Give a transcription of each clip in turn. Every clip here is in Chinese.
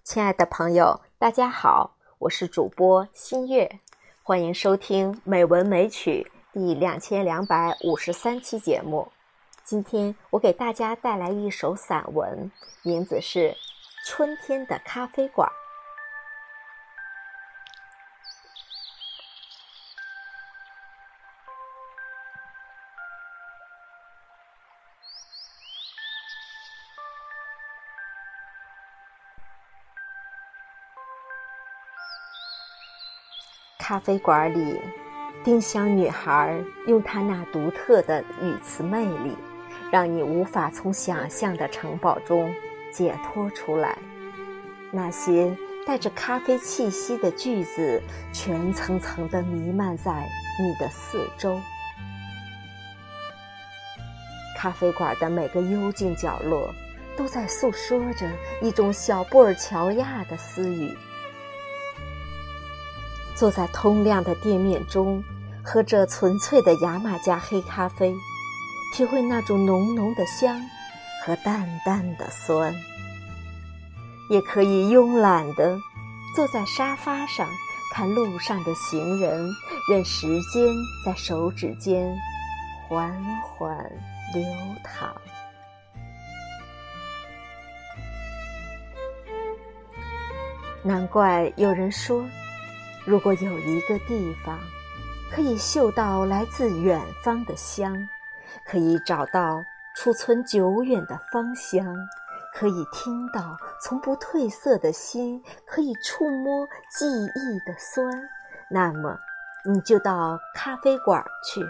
亲爱的朋友，大家好，我是主播新月，欢迎收听美文美曲第2253期节目。今天我给大家带来一首散文，名字是《春天的咖啡馆》。咖啡馆里，丁香女孩用她那独特的语词魅力，让你无法从想象的城堡中解脱出来。那些带着咖啡气息的句子，全层层地弥漫在你的四周。咖啡馆的每个幽静角落，都在诉说着一种小布尔乔亚的私语。坐在通亮的店面中，喝着纯粹的牙买加黑咖啡，体会那种浓浓的香和淡淡的酸。也可以慵懒地坐在沙发上，看路上的行人，任时间在手指间缓缓流淌。难怪有人说，如果有一个地方可以嗅到来自远方的香，可以找到储存久远的芳香，可以听到从不褪色的心，可以触摸记忆的酸，那么你就到咖啡馆去。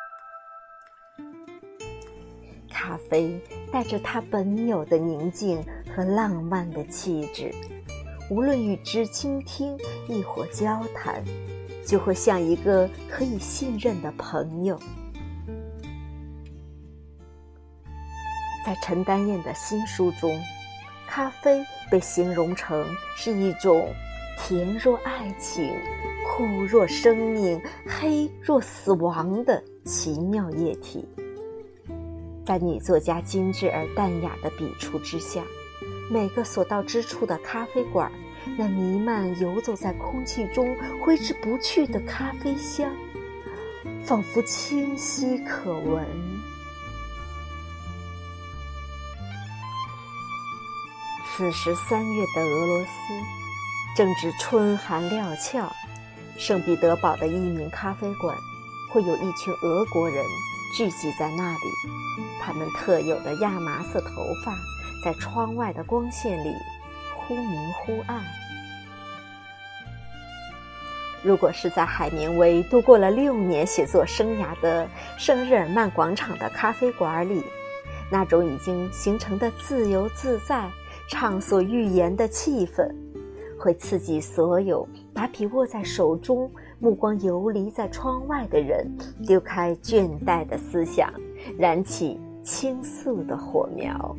咖啡带着它本有的宁静和浪漫的气质，无论与之倾听亦或交谈，就会像一个可以信任的朋友。在陈丹燕的新书中，咖啡被形容成是一种甜若爱情、苦若生命、黑若死亡的奇妙液体。在女作家精致而淡雅的笔触之下，每个所到之处的咖啡馆，那弥漫游走在空气中挥之不去的咖啡香，仿佛清晰可闻。此时3月的俄罗斯正值春寒料峭，圣彼得堡的一名咖啡馆会有一群俄国人聚集在那里，他们特有的亚麻色头发在窗外的光线里忽明忽暗。如果是在海明威度过了6年写作生涯的圣日耳曼广场的咖啡馆里，那种已经形成的自由自在、畅所欲言的气氛，会刺激所有把笔握在手中、目光游离在窗外的人丢开倦怠的思想，燃起倾诉的火苗。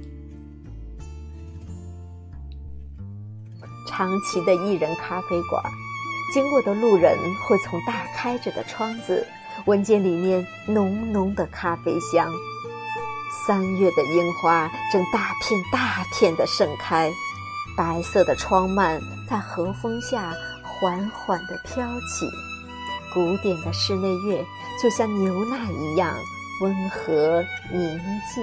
长期的一人咖啡馆，经过的路人会从大开着的窗子闻见里面浓浓的咖啡香。3月的樱花正大片大片地盛开，白色的窗幔在和风下缓缓地飘起，古典的室内乐就像牛奶一样温和宁静。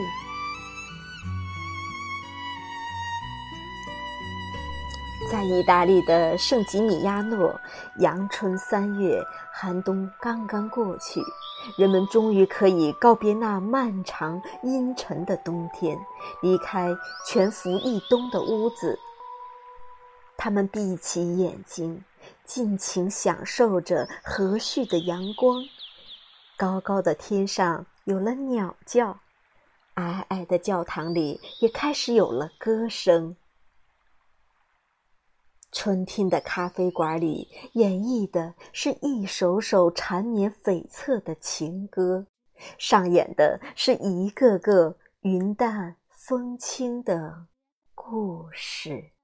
在意大利的圣吉米亚诺，阳春3月，寒冬刚刚过去，人们终于可以告别那漫长阴沉的冬天，离开全伏一冬的屋子。他们闭起眼睛，尽情享受着和煦的阳光。高高的天上有了鸟叫，矮矮的教堂里也开始有了歌声。春天的咖啡馆里演绎的是一首首缠绵悱恻的情歌，上演的是一个个云淡风轻的故事。